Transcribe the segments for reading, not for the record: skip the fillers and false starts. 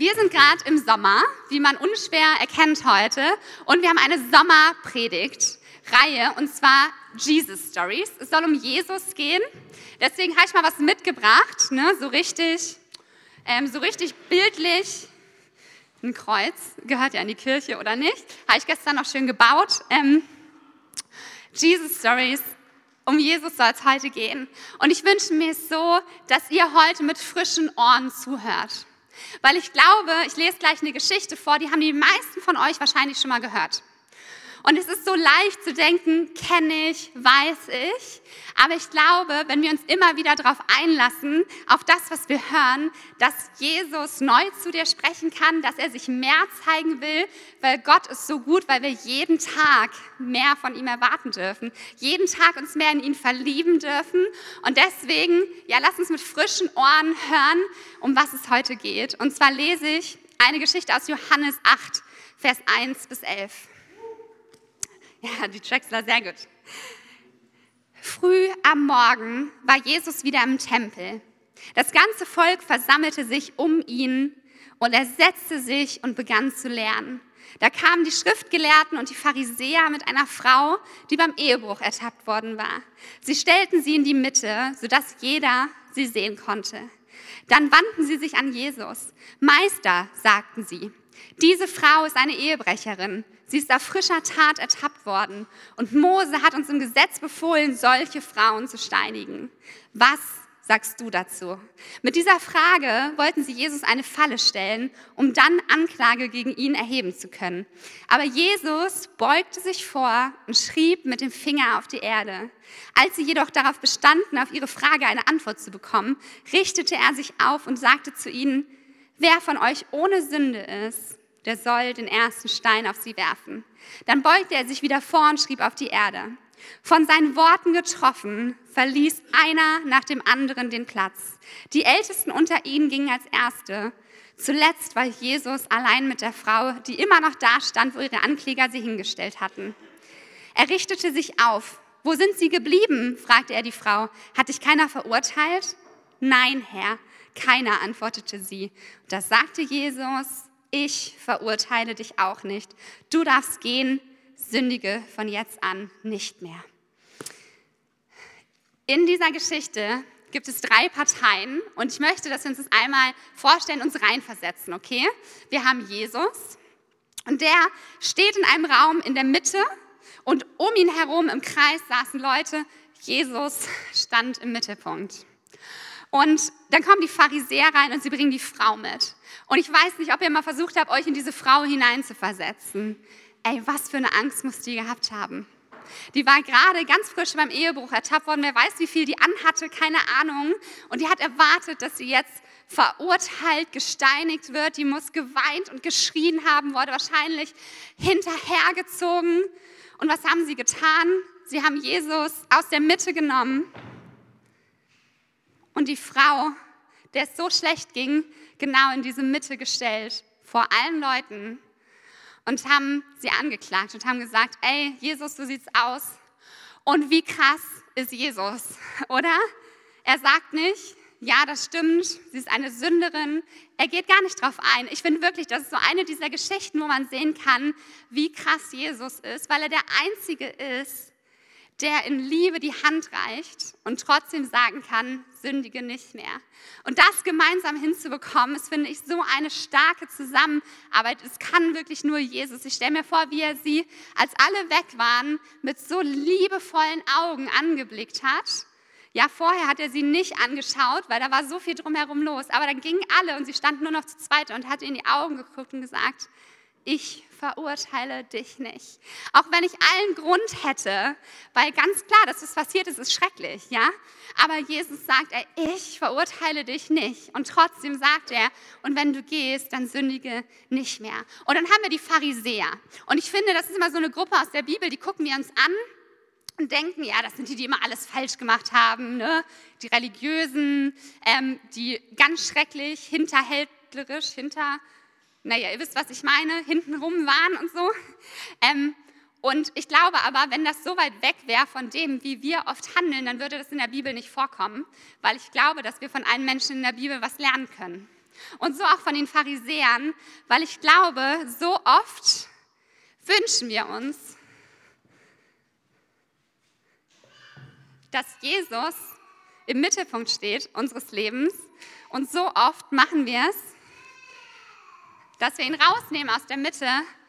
Wir sind gerade im Sommer, wie man unschwer erkennt heute, und wir haben eine Sommerpredigt-Reihe, und zwar Jesus Stories. Es soll um Jesus gehen, deswegen habe ich mal was mitgebracht, ne? so richtig bildlich. Ein Kreuz, gehört ja in die Kirche oder nicht, habe ich gestern noch schön gebaut. Jesus Stories, um Jesus soll es heute gehen. Und ich wünsche mir so, dass ihr heute mit frischen Ohren zuhört. Weil ich glaube, ich lese gleich eine Geschichte vor, die haben die meisten von euch wahrscheinlich schon mal gehört. Und es ist so leicht zu denken, kenne ich, weiß ich. Aber ich glaube, wenn wir uns immer wieder darauf einlassen, auf das, was wir hören, dass Jesus neu zu dir sprechen kann, dass er sich mehr zeigen will, weil Gott ist so gut, weil wir jeden Tag mehr von ihm erwarten dürfen, jeden Tag uns mehr in ihn verlieben dürfen. Und deswegen, ja, lass uns mit frischen Ohren hören, um was es heute geht. Und zwar lese ich eine Geschichte aus Johannes 8, Vers 1 bis 11. Ja, die Traxler, sehr gut. Früh am Morgen war Jesus wieder im Tempel. Das ganze Volk versammelte sich um ihn und er setzte sich und begann zu lernen. Da kamen die Schriftgelehrten und die Pharisäer mit einer Frau, die beim Ehebruch ertappt worden war. Sie stellten sie in die Mitte, sodass jeder sie sehen konnte. Dann wandten sie sich an Jesus. Meister, sagten sie, diese Frau ist eine Ehebrecherin. Sie ist auf frischer Tat ertappt worden und Mose hat uns im Gesetz befohlen, solche Frauen zu steinigen. Was sagst du dazu? Mit dieser Frage wollten sie Jesus eine Falle stellen, um dann Anklage gegen ihn erheben zu können. Aber Jesus beugte sich vor und schrieb mit dem Finger auf die Erde. Als sie jedoch darauf bestanden, auf ihre Frage eine Antwort zu bekommen, richtete er sich auf und sagte zu ihnen, wer von euch ohne Sünde ist, der soll den ersten Stein auf sie werfen. Dann beugte er sich wieder vor und schrieb auf die Erde. Von seinen Worten getroffen, verließ einer nach dem anderen den Platz. Die Ältesten unter ihnen gingen als Erste. Zuletzt war Jesus allein mit der Frau, die immer noch da stand, wo ihre Ankläger sie hingestellt hatten. Er richtete sich auf. Wo sind sie geblieben? Fragte er die Frau. Hat dich keiner verurteilt? Nein, Herr, keiner, antwortete sie. Da sagte Jesus, ich verurteile dich auch nicht. Du darfst gehen, sündige von jetzt an nicht mehr. In dieser Geschichte gibt es 3 Parteien und ich möchte, dass wir uns das einmal vorstellen, uns reinversetzen, okay? Wir haben Jesus und der steht in einem Raum in der Mitte und um ihn herum im Kreis saßen Leute. Jesus stand im Mittelpunkt. Und dann kommen die Pharisäer rein und sie bringen die Frau mit. Und ich weiß nicht, ob ihr mal versucht habt, euch in diese Frau hineinzuversetzen. Ey, was für eine Angst muss die gehabt haben. Die war gerade ganz frisch beim Ehebruch ertappt worden. Wer weiß, wie viel die anhatte, keine Ahnung. Und die hat erwartet, dass sie jetzt verurteilt, gesteinigt wird. Die muss geweint und geschrien haben, wurde wahrscheinlich hinterhergezogen. Und was haben sie getan? Sie haben Jesus aus der Mitte genommen und die Frau, der es so schlecht ging, genau in diese Mitte gestellt, vor allen Leuten und haben sie angeklagt und haben gesagt, ey, Jesus, so sieht's aus. Und wie krass ist Jesus, oder? Er sagt nicht, ja, das stimmt, sie ist eine Sünderin. Er geht gar nicht drauf ein. Ich finde wirklich, das ist so eine dieser Geschichten, wo man sehen kann, wie krass Jesus ist, weil er der Einzige ist, der in Liebe die Hand reicht und trotzdem sagen kann, sündige nicht mehr. Und das gemeinsam hinzubekommen, ist, finde ich, so eine starke Zusammenarbeit. Es kann wirklich nur Jesus. Ich stelle mir vor, wie er sie, als alle weg waren, mit so liebevollen Augen angeblickt hat. Ja, vorher hat er sie nicht angeschaut, weil da war so viel drumherum los. Aber dann gingen alle und sie standen nur noch zu zweit und hat in die Augen geguckt und gesagt, ich verurteile dich nicht. Auch wenn ich allen Grund hätte, weil ganz klar, dass das passiert ist, ist schrecklich, ja? Aber Jesus sagt, ich verurteile dich nicht. Und trotzdem sagt er, und wenn du gehst, dann sündige nicht mehr. Und dann haben wir die Pharisäer. Und ich finde, das ist immer so eine Gruppe aus der Bibel, die gucken wir uns an und denken, ja, das sind die immer alles falsch gemacht haben, ne? Die Religiösen, die ganz schrecklich, hinterhälterisch, naja, ihr wisst, was ich meine, hintenrum waren und so. Und ich glaube aber, wenn das so weit weg wäre von dem, wie wir oft handeln, dann würde das in der Bibel nicht vorkommen, weil ich glaube, dass wir von allen Menschen in der Bibel was lernen können. Und so auch von den Pharisäern, weil ich glaube, so oft wünschen wir uns, dass Jesus im Mittelpunkt steht unseres Lebens. Und so oft machen wir es, dass wir ihn rausnehmen aus der Mitte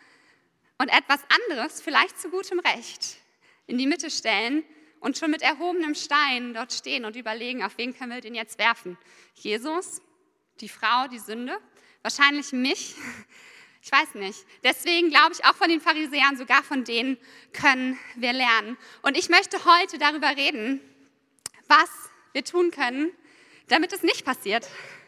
und etwas anderes, vielleicht zu gutem Recht, in die Mitte stellen und schon mit erhobenem Stein dort stehen und überlegen, auf wen können wir den jetzt werfen? Jesus, die Frau, die Sünde, wahrscheinlich mich, ich weiß nicht. Deswegen glaube ich, auch von den Pharisäern, sogar von denen können wir lernen. Und ich möchte heute darüber reden, was wir tun können, damit es nicht passiert.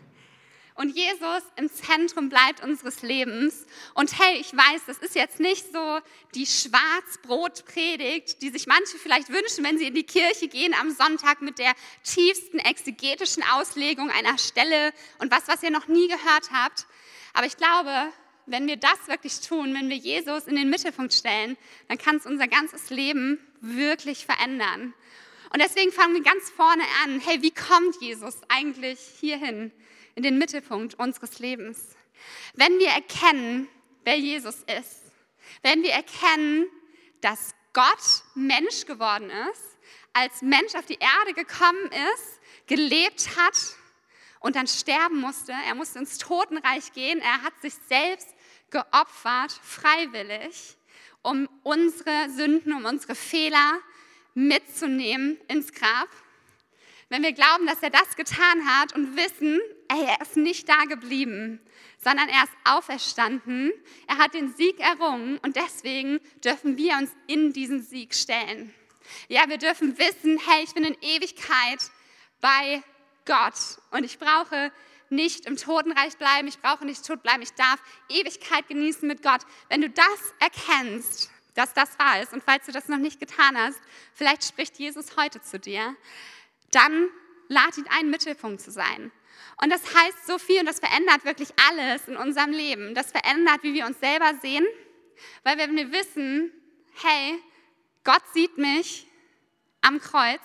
Und Jesus im Zentrum bleibt unseres Lebens. Und hey, ich weiß, das ist jetzt nicht so die Schwarzbrotpredigt, die sich manche vielleicht wünschen, wenn sie in die Kirche gehen am Sonntag mit der tiefsten exegetischen Auslegung einer Stelle und was ihr noch nie gehört habt. Aber ich glaube, wenn wir das wirklich tun, wenn wir Jesus in den Mittelpunkt stellen, dann kann es unser ganzes Leben wirklich verändern. Und deswegen fangen wir ganz vorne an. Hey, wie kommt Jesus eigentlich hierhin, in den Mittelpunkt unseres Lebens? Wenn wir erkennen, wer Jesus ist, wenn wir erkennen, dass Gott Mensch geworden ist, als Mensch auf die Erde gekommen ist, gelebt hat und dann sterben musste, er musste ins Totenreich gehen, er hat sich selbst geopfert, freiwillig, um unsere Sünden, um unsere Fehler mitzunehmen ins Grab. Wenn wir glauben, dass er das getan hat und wissen, er ist nicht da geblieben, sondern er ist auferstanden, er hat den Sieg errungen und deswegen dürfen wir uns in diesen Sieg stellen. Ja, wir dürfen wissen, hey, ich bin in Ewigkeit bei Gott und ich brauche nicht im Totenreich bleiben, ich brauche nicht tot bleiben, ich darf Ewigkeit genießen mit Gott. Wenn du das erkennst, dass das wahr ist und falls du das noch nicht getan hast, vielleicht spricht Jesus heute zu dir, dann lad ihn ein, Mittelpunkt zu sein. Und das heißt so viel und das verändert wirklich alles in unserem Leben. Das verändert, wie wir uns selber sehen, weil wenn wir wissen, hey, Gott sieht mich am Kreuz,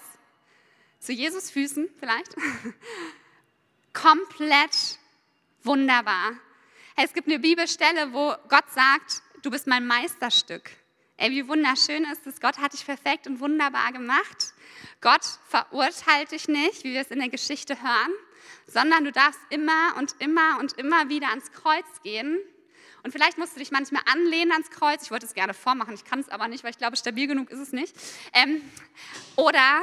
zu Jesus Füßen vielleicht, komplett wunderbar. Hey, es gibt eine Bibelstelle, wo Gott sagt, du bist mein Meisterstück. Ey, wie wunderschön ist es, Gott hat dich perfekt und wunderbar gemacht. Gott verurteilt dich nicht, wie wir es in der Geschichte hören, sondern du darfst immer und immer und immer wieder ans Kreuz gehen. Und vielleicht musst du dich manchmal anlehnen ans Kreuz. Ich wollte es gerne vormachen, ich kann es aber nicht, weil ich glaube, stabil genug ist es nicht. Oder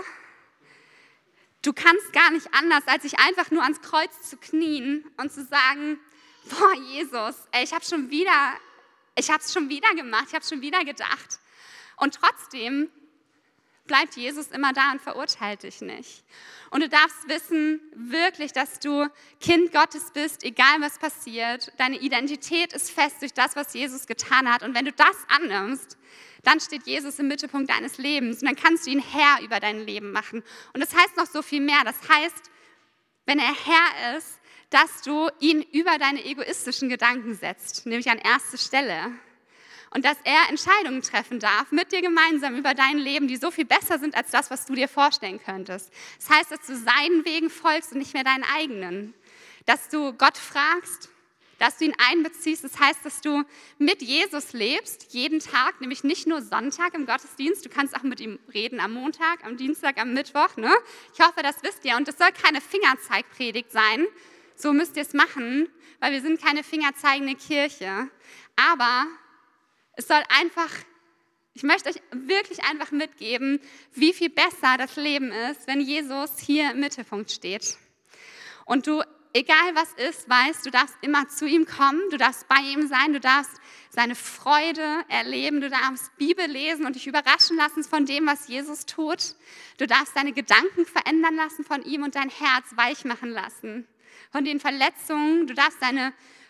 du kannst gar nicht anders, als sich einfach nur ans Kreuz zu knien und zu sagen, boah, Jesus, ey, ich habe es schon wieder gemacht, ich habe es schon wieder gedacht. Und trotzdem bleibt Jesus immer da und verurteilt dich nicht. Und du darfst wissen, wirklich, dass du Kind Gottes bist, egal was passiert. Deine Identität ist fest durch das, was Jesus getan hat. Und wenn du das annimmst, dann steht Jesus im Mittelpunkt deines Lebens. Und dann kannst du ihn Herr über dein Leben machen. Und das heißt noch so viel mehr. Das heißt, wenn er Herr ist, dass du ihn über deine egoistischen Gedanken setzt, nämlich an erste Stelle. Und dass er Entscheidungen treffen darf mit dir gemeinsam über dein Leben, die so viel besser sind als das, was du dir vorstellen könntest. Das heißt, dass du seinen Wegen folgst und nicht mehr deinen eigenen. Dass du Gott fragst, dass du ihn einbeziehst. Das heißt, dass du mit Jesus lebst, jeden Tag, nämlich nicht nur Sonntag im Gottesdienst. Du kannst auch mit ihm reden am Montag, am Dienstag, am Mittwoch. Ne? Ich hoffe, das wisst ihr. Und es soll keine Fingerzeigpredigt sein. So müsst ihr es machen, weil wir sind keine fingerzeigende Kirche. Aber es soll einfach, ich möchte euch wirklich einfach mitgeben, wie viel besser das Leben ist, wenn Jesus hier im Mittelpunkt steht. Und du, egal was ist, weißt, du darfst immer zu ihm kommen, du darfst bei ihm sein, du darfst seine Freude erleben, du darfst Bibel lesen und dich überraschen lassen von dem, was Jesus tut. Du darfst deine Gedanken verändern lassen von ihm und dein Herz weich machen lassen von den Verletzungen. Du darfst deine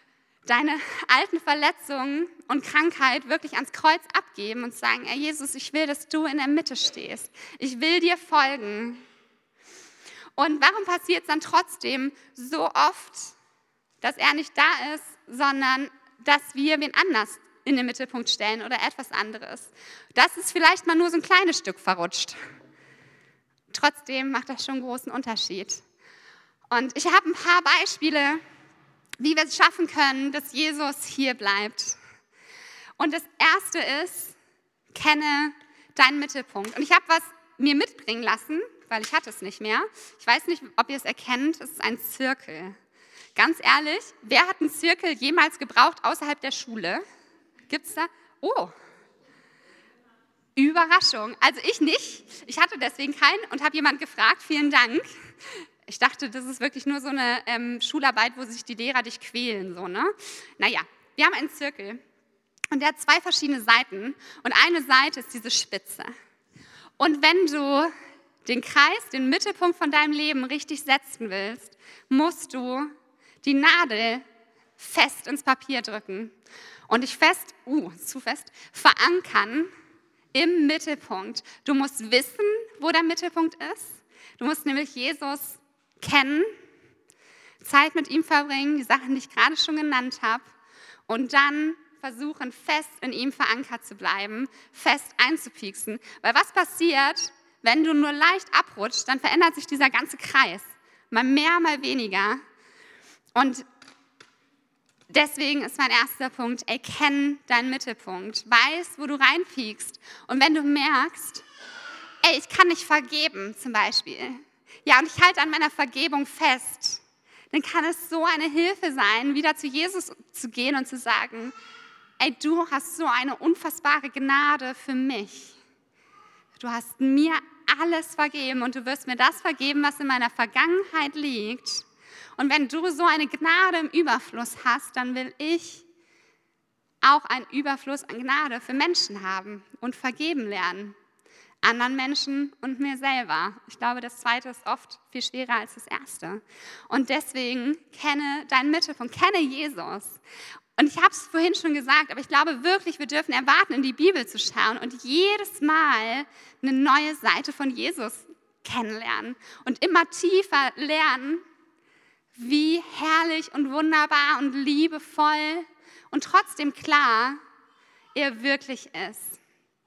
alten Verletzungen und Krankheit wirklich ans Kreuz abgeben und sagen, Herr Jesus, ich will, dass du in der Mitte stehst. Ich will dir folgen. Und warum passiert es dann trotzdem so oft, dass er nicht da ist, sondern dass wir wen anders in den Mittelpunkt stellen oder etwas anderes? Das ist vielleicht mal nur so ein kleines Stück verrutscht. Trotzdem macht das schon einen großen Unterschied. Und ich habe ein paar Beispiele wie wir es schaffen können, dass Jesus hier bleibt. Und das Erste ist, kenne deinen Mittelpunkt. Und ich habe was mir mitbringen lassen, weil ich hatte es nicht mehr. Ich weiß nicht, ob ihr es erkennt, es ist ein Zirkel. Ganz ehrlich, wer hat einen Zirkel jemals gebraucht außerhalb der Schule? Gibt's da? Oh, Überraschung. Also ich nicht. Ich hatte deswegen keinen und habe jemand gefragt, vielen Dank. Ich dachte, das ist wirklich nur so eine Schularbeit, wo sich die Lehrer dich quälen. So, ne? Naja, wir haben einen Zirkel und der hat 2 verschiedene Seiten und eine Seite ist diese Spitze. Und wenn du den Kreis, den Mittelpunkt von deinem Leben richtig setzen willst, musst du die Nadel fest ins Papier drücken und dich zu fest verankern im Mittelpunkt. Du musst wissen, wo der Mittelpunkt ist. Du musst nämlich Jesus kennen, Zeit mit ihm verbringen, die Sachen, die ich gerade schon genannt habe, und dann versuchen, fest in ihm verankert zu bleiben, fest einzupieksen. Weil was passiert, wenn du nur leicht abrutschst, dann verändert sich dieser ganze Kreis. Mal mehr, mal weniger. Und deswegen ist mein erster Punkt, erkenn deinen Mittelpunkt. Weiß, wo du reinpiekst. Und wenn du merkst, ich kann nicht vergeben zum Beispiel, ja, und ich halte an meiner Vergebung fest, dann kann es so eine Hilfe sein, wieder zu Jesus zu gehen und zu sagen, du hast so eine unfassbare Gnade für mich. Du hast mir alles vergeben und du wirst mir das vergeben, was in meiner Vergangenheit liegt. Und wenn du so eine Gnade im Überfluss hast, dann will ich auch einen Überfluss an Gnade für Menschen haben und vergeben lernen. Anderen Menschen und mir selber. Ich glaube, das Zweite ist oft viel schwerer als das Erste. Und deswegen kenne deinen Mittelpunkt, kenne Jesus. Und ich habe es vorhin schon gesagt, aber ich glaube wirklich, wir dürfen erwarten, in die Bibel zu schauen und jedes Mal eine neue Seite von Jesus kennenlernen und immer tiefer lernen, wie herrlich und wunderbar und liebevoll und trotzdem klar er wirklich ist.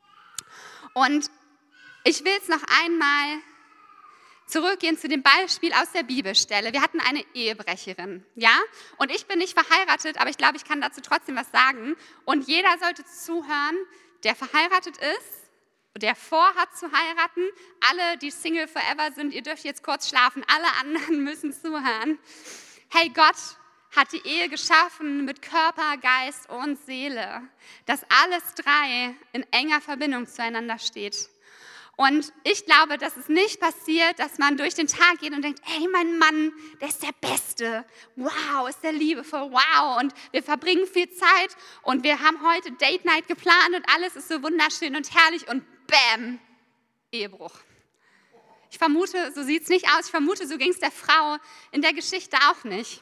Und ich will jetzt noch einmal zurückgehen zu dem Beispiel aus der Bibelstelle. Wir hatten eine Ehebrecherin, ja? Und ich bin nicht verheiratet, aber ich glaube, ich kann dazu trotzdem was sagen. Und jeder sollte zuhören, der verheiratet ist, der vorhat zu heiraten. Alle, die Single forever sind, ihr dürft jetzt kurz schlafen. Alle anderen müssen zuhören. Hey, Gott hat die Ehe geschaffen mit Körper, Geist und Seele, dass alles 3 in enger Verbindung zueinander steht. Und ich glaube, dass es nicht passiert, dass man durch den Tag geht und denkt, ey, mein Mann, der ist der Beste. Wow, ist der liebevoll, wow. Und wir verbringen viel Zeit und wir haben heute Date Night geplant und alles ist so wunderschön und herrlich und bam, Ehebruch. Ich vermute, so sieht es nicht aus. Ich vermute, so ging es der Frau in der Geschichte auch nicht.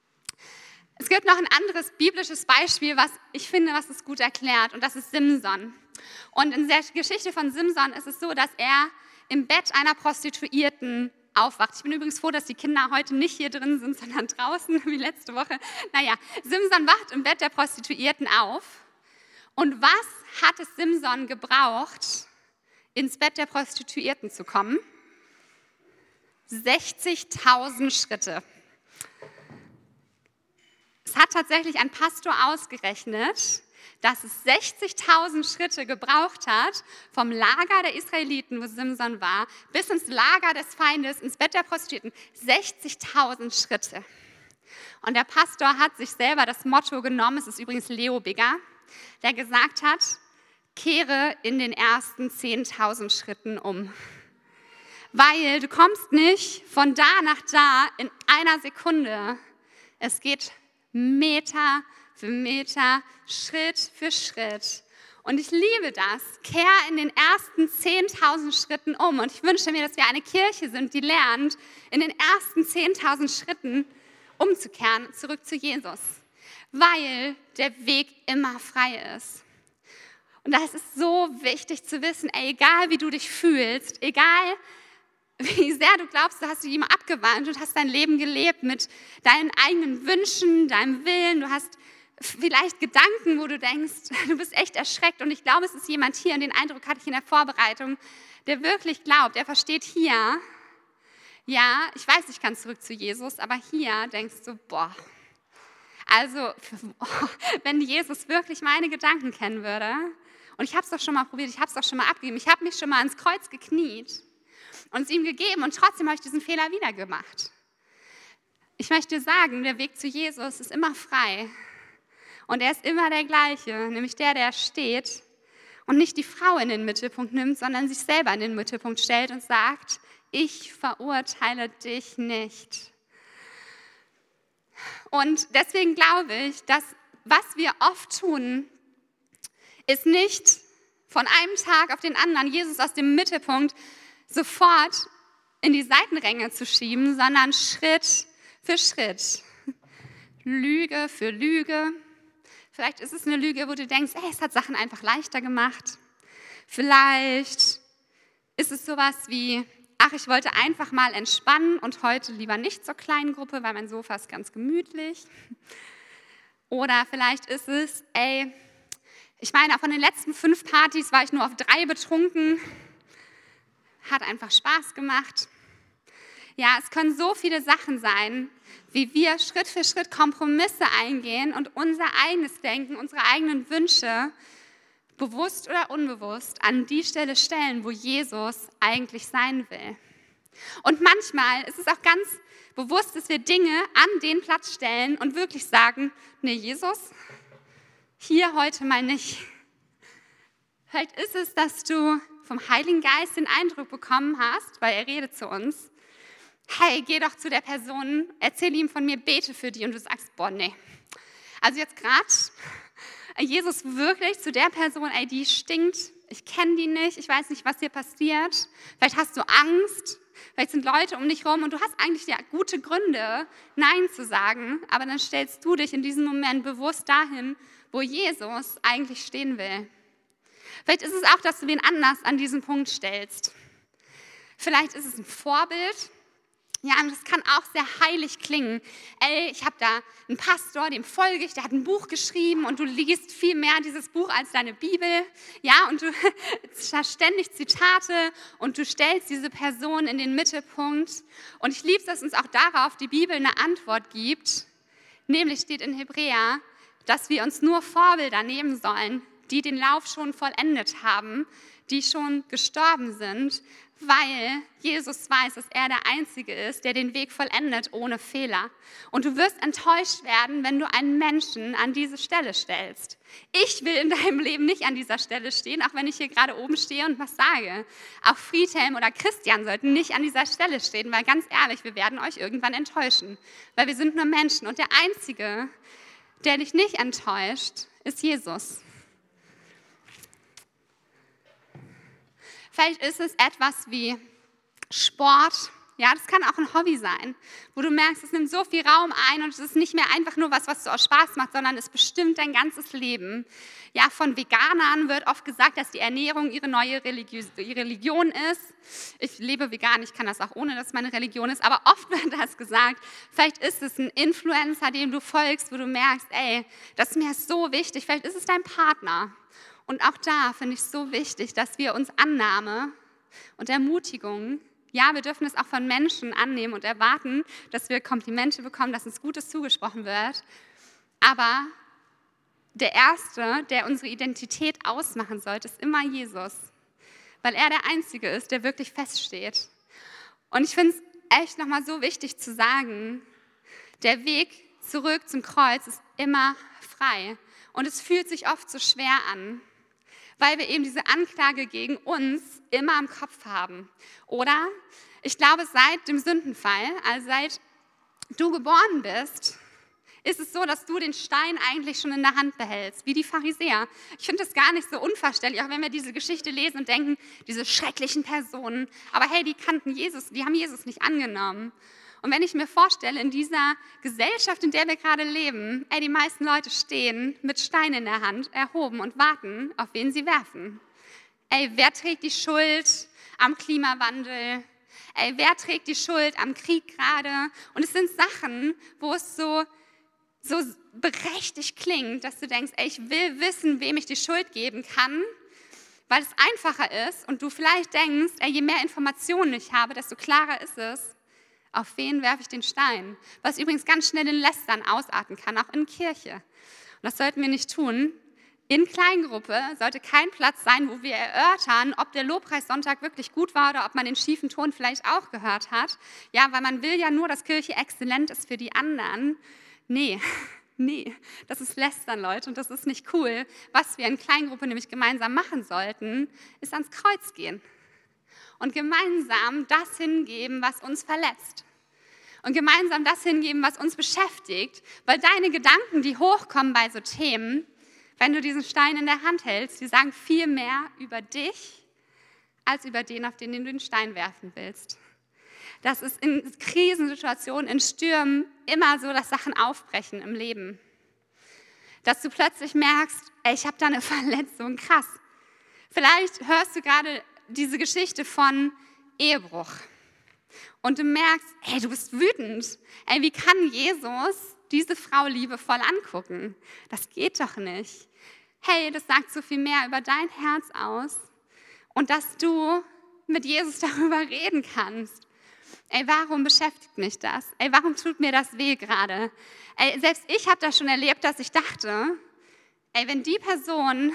Es gibt noch ein anderes biblisches Beispiel, was ich finde, was es gut erklärt, und das ist Simson. Und in der Geschichte von Simson ist es so, dass er im Bett einer Prostituierten aufwacht. Ich bin übrigens froh, dass die Kinder heute nicht hier drin sind, sondern draußen, wie letzte Woche. Naja, Simson wacht im Bett der Prostituierten auf. Und was hat es Simson gebraucht, ins Bett der Prostituierten zu kommen? 60.000 Schritte. Es hat tatsächlich ein Pastor ausgerechnet, dass es 60.000 Schritte gebraucht hat, vom Lager der Israeliten, wo Simson war, bis ins Lager des Feindes, ins Bett der Prostituierten. 60.000 Schritte. Und der Pastor hat sich selber das Motto genommen, es ist übrigens Leo Bigger, der gesagt hat, kehre in den ersten 10.000 Schritten um. Weil du kommst nicht von da nach da in einer Sekunde. Es geht Meter für Meter, Schritt für Schritt. Und ich liebe das. Kehr in den ersten 10.000 Schritten um. Und ich wünsche mir, dass wir eine Kirche sind, die lernt, in den ersten 10.000 Schritten umzukehren, zurück zu Jesus. Weil der Weg immer frei ist. Und das ist so wichtig zu wissen, egal wie du dich fühlst, egal wie sehr du glaubst, du hast dich ihm abgewandt und hast dein Leben gelebt mit deinen eigenen Wünschen, deinem Willen. Du hast vielleicht Gedanken, wo du denkst, du bist echt erschreckt. Und ich glaube, es ist jemand hier, und den Eindruck hatte ich in der Vorbereitung, der wirklich glaubt, er versteht hier, ja, ich weiß, ich kann zurück zu Jesus, aber hier denkst du, boah, Also, wenn Jesus wirklich meine Gedanken kennen würde, und ich habe es doch schon mal probiert, ich habe es doch schon mal abgegeben, ich habe mich schon mal ans Kreuz gekniet und es ihm gegeben und trotzdem habe ich diesen Fehler wieder gemacht. Ich möchte dir sagen, der Weg zu Jesus ist immer frei und er ist immer der gleiche, nämlich der steht und nicht die Frau in den Mittelpunkt nimmt, sondern sich selber in den Mittelpunkt stellt und sagt, ich verurteile dich nicht. Und deswegen glaube ich, dass was wir oft tun, ist nicht von einem Tag auf den anderen Jesus aus dem Mittelpunkt sofort in die Seitenränge zu schieben, sondern Schritt für Schritt, Lüge für Lüge. Vielleicht ist es eine Lüge, wo du denkst, es hat Sachen einfach leichter gemacht. Vielleicht ist es sowas wie, ich wollte einfach mal entspannen und heute lieber nicht zur kleinen Gruppe, weil mein Sofa ist ganz gemütlich. Oder vielleicht ist es, von den letzten 5 Partys war ich nur auf 3 betrunken. Hat einfach Spaß gemacht. Ja, es können so viele Sachen sein, wie wir Schritt für Schritt Kompromisse eingehen und unser eigenes Denken, unsere eigenen Wünsche bewusst oder unbewusst an die Stelle stellen, wo Jesus eigentlich sein will. Und manchmal ist es auch ganz bewusst, dass wir Dinge an den Platz stellen und wirklich sagen, nee, Jesus, hier heute mal nicht. Vielleicht ist es, dass du vom Heiligen Geist den Eindruck bekommen hast, weil er redet zu uns, hey, geh doch zu der Person, erzähl ihm von mir, bete für die und du sagst, nee. Also jetzt gerade, Jesus wirklich zu der Person, die stinkt, ich kenne die nicht, ich weiß nicht, was dir passiert, vielleicht hast du Angst, vielleicht sind Leute um dich rum und du hast eigentlich ja gute Gründe, Nein zu sagen, aber dann stellst du dich in diesem Moment bewusst dahin, wo Jesus eigentlich stehen will. Vielleicht ist es auch, dass du wen anders an diesen Punkt stellst. Vielleicht ist es ein Vorbild. Ja, und das kann auch sehr heilig klingen. Ich habe da einen Pastor, dem folge ich, der hat ein Buch geschrieben und du liest viel mehr dieses Buch als deine Bibel. Ja, und du hast ständig Zitate und du stellst diese Person in den Mittelpunkt. Und ich liebe es, dass uns auch darauf die Bibel eine Antwort gibt. Nämlich steht in Hebräer, dass wir uns nur Vorbilder nehmen sollen, die den Lauf schon vollendet haben, die schon gestorben sind, weil Jesus weiß, dass er der Einzige ist, der den Weg vollendet ohne Fehler. Und du wirst enttäuscht werden, wenn du einen Menschen an diese Stelle stellst. Ich will in deinem Leben nicht an dieser Stelle stehen, auch wenn ich hier gerade oben stehe und was sage. Auch Friedhelm oder Christian sollten nicht an dieser Stelle stehen, weil ganz ehrlich, wir werden euch irgendwann enttäuschen, weil wir sind nur Menschen. Und der Einzige, der dich nicht enttäuscht, ist Jesus. Vielleicht ist es etwas wie Sport. Ja, das kann auch ein Hobby sein, wo du merkst, es nimmt so viel Raum ein und es ist nicht mehr einfach nur was du aus Spaß machst, sondern es bestimmt dein ganzes Leben. Ja, von Veganern wird oft gesagt, dass die Ernährung ihre neue Religion ist. Ich lebe vegan, ich kann das auch ohne, dass es meine Religion ist, aber oft wird das gesagt. Vielleicht ist es ein Influencer, dem du folgst, wo du merkst, das ist mir so wichtig. Vielleicht ist es dein Partner. Und auch da finde ich es so wichtig, dass wir uns Annahme und Ermutigung, ja, wir dürfen es auch von Menschen annehmen und erwarten, dass wir Komplimente bekommen, dass uns Gutes zugesprochen wird. Aber der Erste, der unsere Identität ausmachen sollte, ist immer Jesus, weil er der Einzige ist, der wirklich feststeht. Und ich finde es echt nochmal so wichtig zu sagen, der Weg zurück zum Kreuz ist immer frei. Und es fühlt sich oft so schwer an, weil wir eben diese Anklage gegen uns immer im Kopf haben. Oder ich glaube, seit dem Sündenfall, also seit du geboren bist, ist es so, dass du den Stein eigentlich schon in der Hand behältst, wie die Pharisäer. Ich finde das gar nicht so unverständlich, auch wenn wir diese Geschichte lesen und denken, diese schrecklichen Personen, aber hey, die kannten Jesus, die haben Jesus nicht angenommen. Und wenn ich mir vorstelle, in dieser Gesellschaft, in der wir gerade leben, die meisten Leute stehen mit Steinen in der Hand, erhoben und warten, auf wen sie werfen. Wer trägt die Schuld am Klimawandel? Wer trägt die Schuld am Krieg gerade? Und es sind Sachen, wo es so berechtigt klingt, dass du denkst, ich will wissen, wem ich die Schuld geben kann, weil es einfacher ist und du vielleicht denkst, je mehr Informationen ich habe, desto klarer ist es. Auf wen werfe ich den Stein? Was übrigens ganz schnell in Lästern ausarten kann, auch in Kirche. Und das sollten wir nicht tun. In Kleingruppe sollte kein Platz sein, wo wir erörtern, ob der Lobpreissonntag wirklich gut war oder ob man den schiefen Ton vielleicht auch gehört hat. Ja, weil man will ja nur, dass Kirche exzellent ist für die anderen. Nee, das ist Lästern, Leute, und das ist nicht cool. Was wir in Kleingruppe nämlich gemeinsam machen sollten, ist ans Kreuz gehen und gemeinsam das hingeben, was uns verletzt. Und gemeinsam das hingeben, was uns beschäftigt, weil deine Gedanken, die hochkommen bei so Themen, wenn du diesen Stein in der Hand hältst, die sagen viel mehr über dich, als über den, auf den du den Stein werfen willst. Das ist in Krisensituationen, in Stürmen immer so, dass Sachen aufbrechen im Leben. Dass du plötzlich merkst, ey, ich habe da eine Verletzung, krass. Vielleicht hörst du gerade diese Geschichte von Ehebruch und du merkst, ey, du bist wütend. Ey, wie kann Jesus diese Frau liebevoll angucken? Das geht doch nicht. Hey, das sagt so viel mehr über dein Herz aus und dass du mit Jesus darüber reden kannst. Ey, warum beschäftigt mich das? Ey, warum tut mir das weh gerade? Ey, selbst ich habe das schon erlebt, dass ich dachte, ey, wenn die Person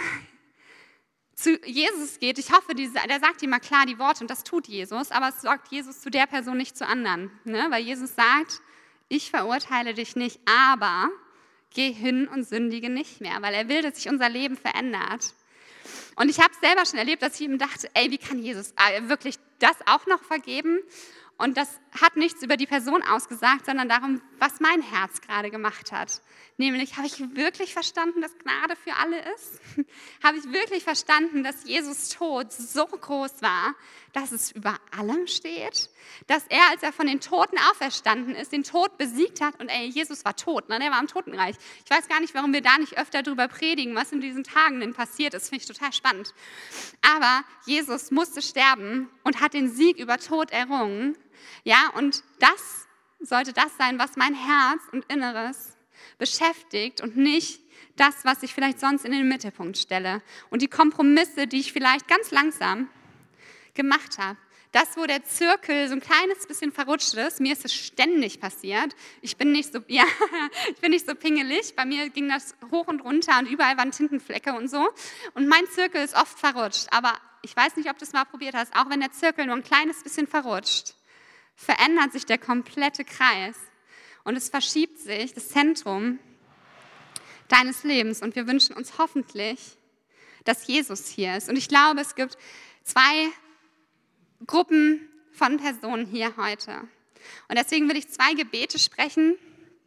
zu Jesus geht, ich hoffe, der sagt ihm mal klar die Worte und das tut Jesus, aber es sagt Jesus zu der Person nicht zu anderen. Ne? Weil Jesus sagt, ich verurteile dich nicht, aber geh hin und sündige nicht mehr, weil er will, dass sich unser Leben verändert. Und ich habe es selber schon erlebt, dass ich ihm dachte, ey, wie kann Jesus wirklich das auch noch vergeben? Und das hat nichts über die Person ausgesagt, sondern darum, was mein Herz gerade gemacht hat. Nämlich, habe ich wirklich verstanden, dass Gnade für alle ist? Habe ich wirklich verstanden, dass Jesus Tod so groß war, dass es über allem steht? Dass er, als er von den Toten auferstanden ist, den Tod besiegt hat und Jesus war tot, ne? Der war im Totenreich. Ich weiß gar nicht, warum wir da nicht öfter drüber predigen, was in diesen Tagen denn passiert ist. Finde ich total spannend. Aber Jesus musste sterben und hat den Sieg über Tod errungen. Ja, und das sollte das sein, was mein Herz und Inneres beschäftigt und nicht das, was ich vielleicht sonst in den Mittelpunkt stelle. Und die Kompromisse, die ich vielleicht ganz langsam gemacht habe. Das, wo der Zirkel so ein kleines bisschen verrutscht ist, mir ist es ständig passiert. Ich bin nicht so pingelig. Bei mir ging das hoch und runter und überall waren Tintenflecke und so. Und mein Zirkel ist oft verrutscht. Aber ich weiß nicht, ob du es mal probiert hast. Auch wenn der Zirkel nur ein kleines bisschen verrutscht, verändert sich der komplette Kreis. Und es verschiebt sich das Zentrum deines Lebens. Und wir wünschen uns hoffentlich, dass Jesus hier ist. Und ich glaube, es gibt 2 Gruppen von Personen hier heute. Und deswegen will ich 2 Gebete sprechen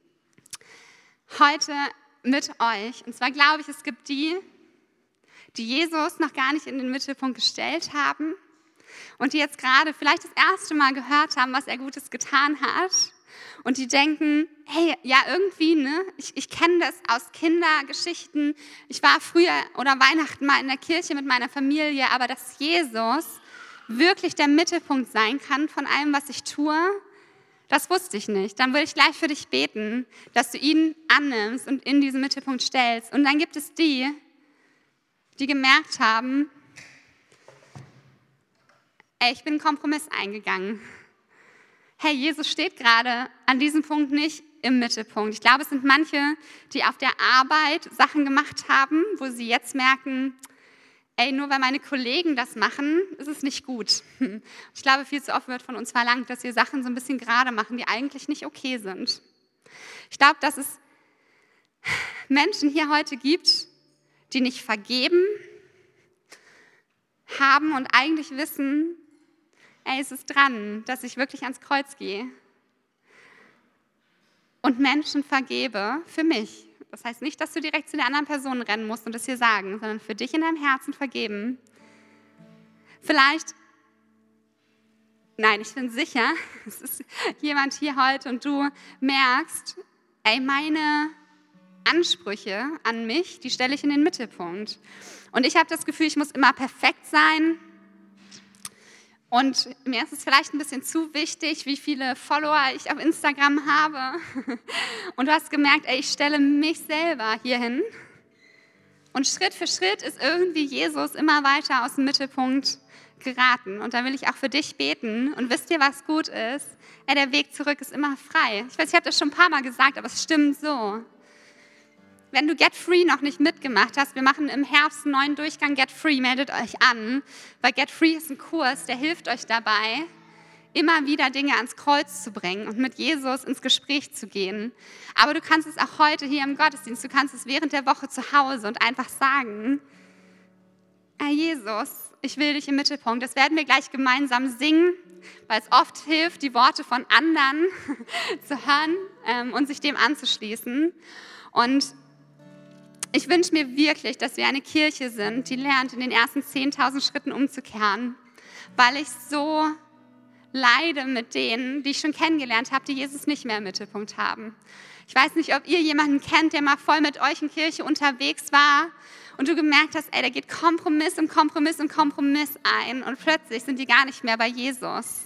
heute mit euch. Und zwar glaube ich, es gibt die Jesus noch gar nicht in den Mittelpunkt gestellt haben und die jetzt gerade vielleicht das erste Mal gehört haben, was er Gutes getan hat. Und die denken, hey, ja irgendwie, ne? Ich kenne das aus Kindergeschichten. Ich war früher oder Weihnachten mal in der Kirche mit meiner Familie, aber dass Jesus wirklich der Mittelpunkt sein kann von allem, was ich tue, das wusste ich nicht. Dann würde ich gleich für dich beten, dass du ihn annimmst und in diesen Mittelpunkt stellst. Und dann gibt es die gemerkt haben, ey, ich bin einen Kompromiss eingegangen. Hey, Jesus steht gerade an diesem Punkt nicht im Mittelpunkt. Ich glaube, es sind manche, die auf der Arbeit Sachen gemacht haben, wo sie jetzt merken, ey, nur weil meine Kollegen das machen, ist es nicht gut. Ich glaube, viel zu oft wird von uns verlangt, dass wir Sachen so ein bisschen gerade machen, die eigentlich nicht okay sind. Ich glaube, dass es Menschen hier heute gibt, die nicht vergeben haben und eigentlich wissen, ey, es ist dran, dass ich wirklich ans Kreuz gehe und Menschen vergebe für mich. Das heißt nicht, dass du direkt zu der anderen Person rennen musst und das hier sagen, sondern für dich in deinem Herzen vergeben. Vielleicht, nein, ich bin sicher, es ist jemand hier heute und du merkst, ey, meine Ansprüche an mich, die stelle ich in den Mittelpunkt. Und ich habe das Gefühl, ich muss immer perfekt sein. Und mir ist es vielleicht ein bisschen zu wichtig, wie viele Follower ich auf Instagram habe. Und du hast gemerkt, ey, ich stelle mich selber hier hin. Und Schritt für Schritt ist irgendwie Jesus immer weiter aus dem Mittelpunkt geraten. Und da will ich auch für dich beten. Und wisst ihr, was gut ist? Der Weg zurück ist immer frei. Ich weiß, ich habe das schon ein paar Mal gesagt, aber es stimmt so. Wenn du Get Free noch nicht mitgemacht hast, wir machen im Herbst einen neuen Durchgang Get Free, meldet euch an, weil Get Free ist ein Kurs, der hilft euch dabei, immer wieder Dinge ans Kreuz zu bringen und mit Jesus ins Gespräch zu gehen. Aber du kannst es auch heute hier im Gottesdienst, du kannst es während der Woche zu Hause und einfach sagen, Jesus, ich will dich im Mittelpunkt. Das werden wir gleich gemeinsam singen, weil es oft hilft, die Worte von anderen zu hören und sich dem anzuschließen. Und ich wünsche mir wirklich, dass wir eine Kirche sind, die lernt, in den ersten 10.000 Schritten umzukehren, weil ich so leide mit denen, die ich schon kennengelernt habe, die Jesus nicht mehr im Mittelpunkt haben. Ich weiß nicht, ob ihr jemanden kennt, der mal voll mit euch in Kirche unterwegs war und du gemerkt hast, der geht Kompromiss um Kompromiss um Kompromiss ein und plötzlich sind die gar nicht mehr bei Jesus.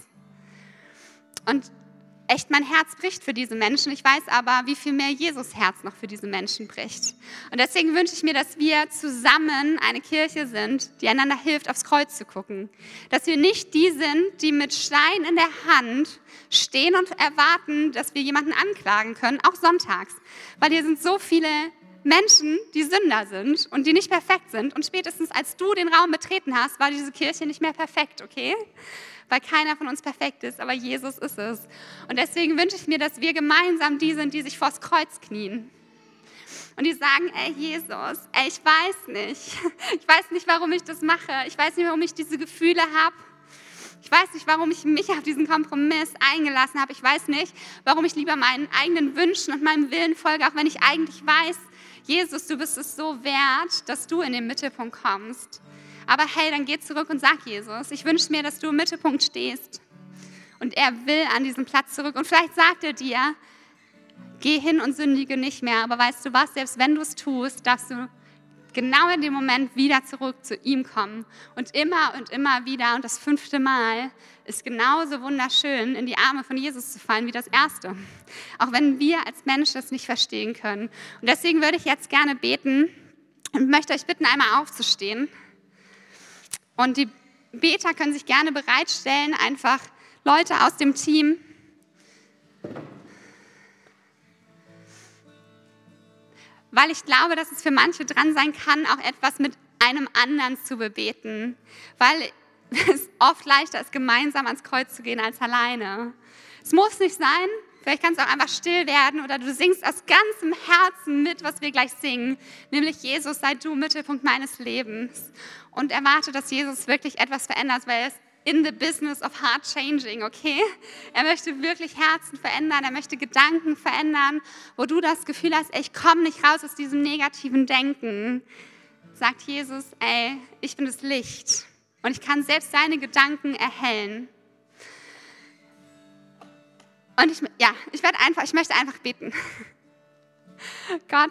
Und echt, mein Herz bricht für diese Menschen. Ich weiß aber, wie viel mehr Jesus Herz noch für diese Menschen bricht. Und deswegen wünsche ich mir, dass wir zusammen eine Kirche sind, die einander hilft, aufs Kreuz zu gucken. Dass wir nicht die sind, die mit Stein in der Hand stehen und erwarten, dass wir jemanden anklagen können, auch sonntags. Weil hier sind so viele Menschen, die Sünder sind und die nicht perfekt sind. Und spätestens als du den Raum betreten hast, war diese Kirche nicht mehr perfekt, okay? Weil keiner von uns perfekt ist, aber Jesus ist es. Und deswegen wünsche ich mir, dass wir gemeinsam die sind, die sich vors Kreuz knien. Und die sagen, Jesus, ich weiß nicht. Ich weiß nicht, warum ich das mache. Ich weiß nicht, warum ich diese Gefühle habe. Ich weiß nicht, warum ich mich auf diesen Kompromiss eingelassen habe. Ich weiß nicht, warum ich lieber meinen eigenen Wünschen und meinem Willen folge, auch wenn ich eigentlich weiß, Jesus, du bist es so wert, dass du in den Mittelpunkt kommst. Aber hey, dann geh zurück und sag Jesus, ich wünsche mir, dass du im Mittelpunkt stehst. Und er will an diesen Platz zurück. Und vielleicht sagt er dir, geh hin und sündige nicht mehr. Aber weißt du was, selbst wenn du es tust, darfst du genau in dem Moment wieder zurück zu ihm kommen. Und immer wieder. Und das 5. Mal ist genauso wunderschön, in die Arme von Jesus zu fallen wie das erste. Auch wenn wir als Menschen das nicht verstehen können. Und deswegen würde ich jetzt gerne beten und möchte euch bitten, einmal aufzustehen. Und die Beter können sich gerne bereitstellen, einfach Leute aus dem Team. Weil ich glaube, dass es für manche dran sein kann, auch etwas mit einem anderen zu bebeten. Weil es oft leichter ist, gemeinsam ans Kreuz zu gehen als alleine. Es muss nicht sein, vielleicht kannst du auch einfach still werden oder du singst aus ganzem Herzen mit, was wir gleich singen. Nämlich, Jesus, sei du Mittelpunkt meines Lebens. Und erwarte, dass Jesus wirklich etwas verändert, weil er ist in the business of heart changing, okay? Er möchte wirklich Herzen verändern, er möchte Gedanken verändern, wo du das Gefühl hast, ich komme nicht raus aus diesem negativen Denken. Sagt Jesus, ich bin das Licht und ich kann selbst deine Gedanken erhellen. Und ich möchte einfach beten. Gott,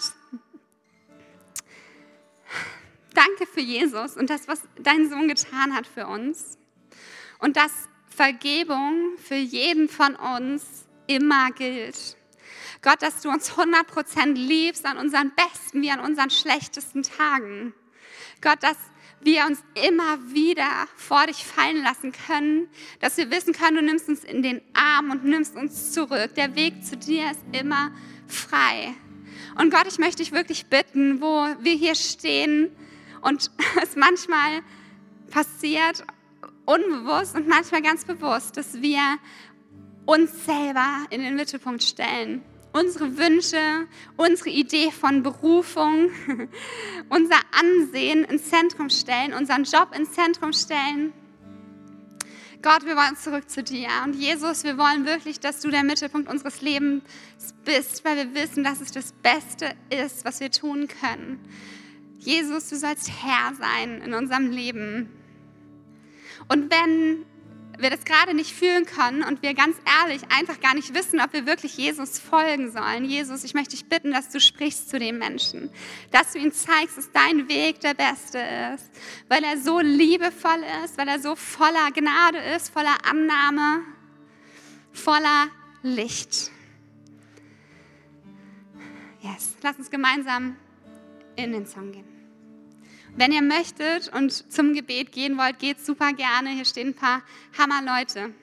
danke für Jesus und das, was dein Sohn getan hat für uns. Und dass Vergebung für jeden von uns immer gilt. Gott, dass du uns 100% liebst an unseren besten wie an unseren schlechtesten Tagen. Gott, dass wir uns immer wieder vor dich fallen lassen können, dass wir wissen können, du nimmst uns in den Arm und nimmst uns zurück. Der Weg zu dir ist immer frei. Und Gott, ich möchte dich wirklich bitten, wo wir hier stehen und es manchmal passiert, unbewusst und manchmal ganz bewusst, dass wir uns selber in den Mittelpunkt stellen. Unsere Wünsche, unsere Idee von Berufung, unser Ansehen ins Zentrum stellen, unseren Job ins Zentrum stellen. Gott, wir wollen zurück zu dir. Und Jesus, wir wollen wirklich, dass du der Mittelpunkt unseres Lebens bist, weil wir wissen, dass es das Beste ist, was wir tun können. Jesus, du sollst Herr sein in unserem Leben. Und wenn wir das gerade nicht fühlen können und wir ganz ehrlich einfach gar nicht wissen, ob wir wirklich Jesus folgen sollen. Jesus, ich möchte dich bitten, dass du sprichst zu dem Menschen, dass du ihm zeigst, dass dein Weg der beste ist, weil er so liebevoll ist, weil er so voller Gnade ist, voller Annahme, voller Licht. Yes, lass uns gemeinsam in den Song gehen. Wenn ihr möchtet und zum Gebet gehen wollt, geht super gerne. Hier stehen ein paar Hammerleute.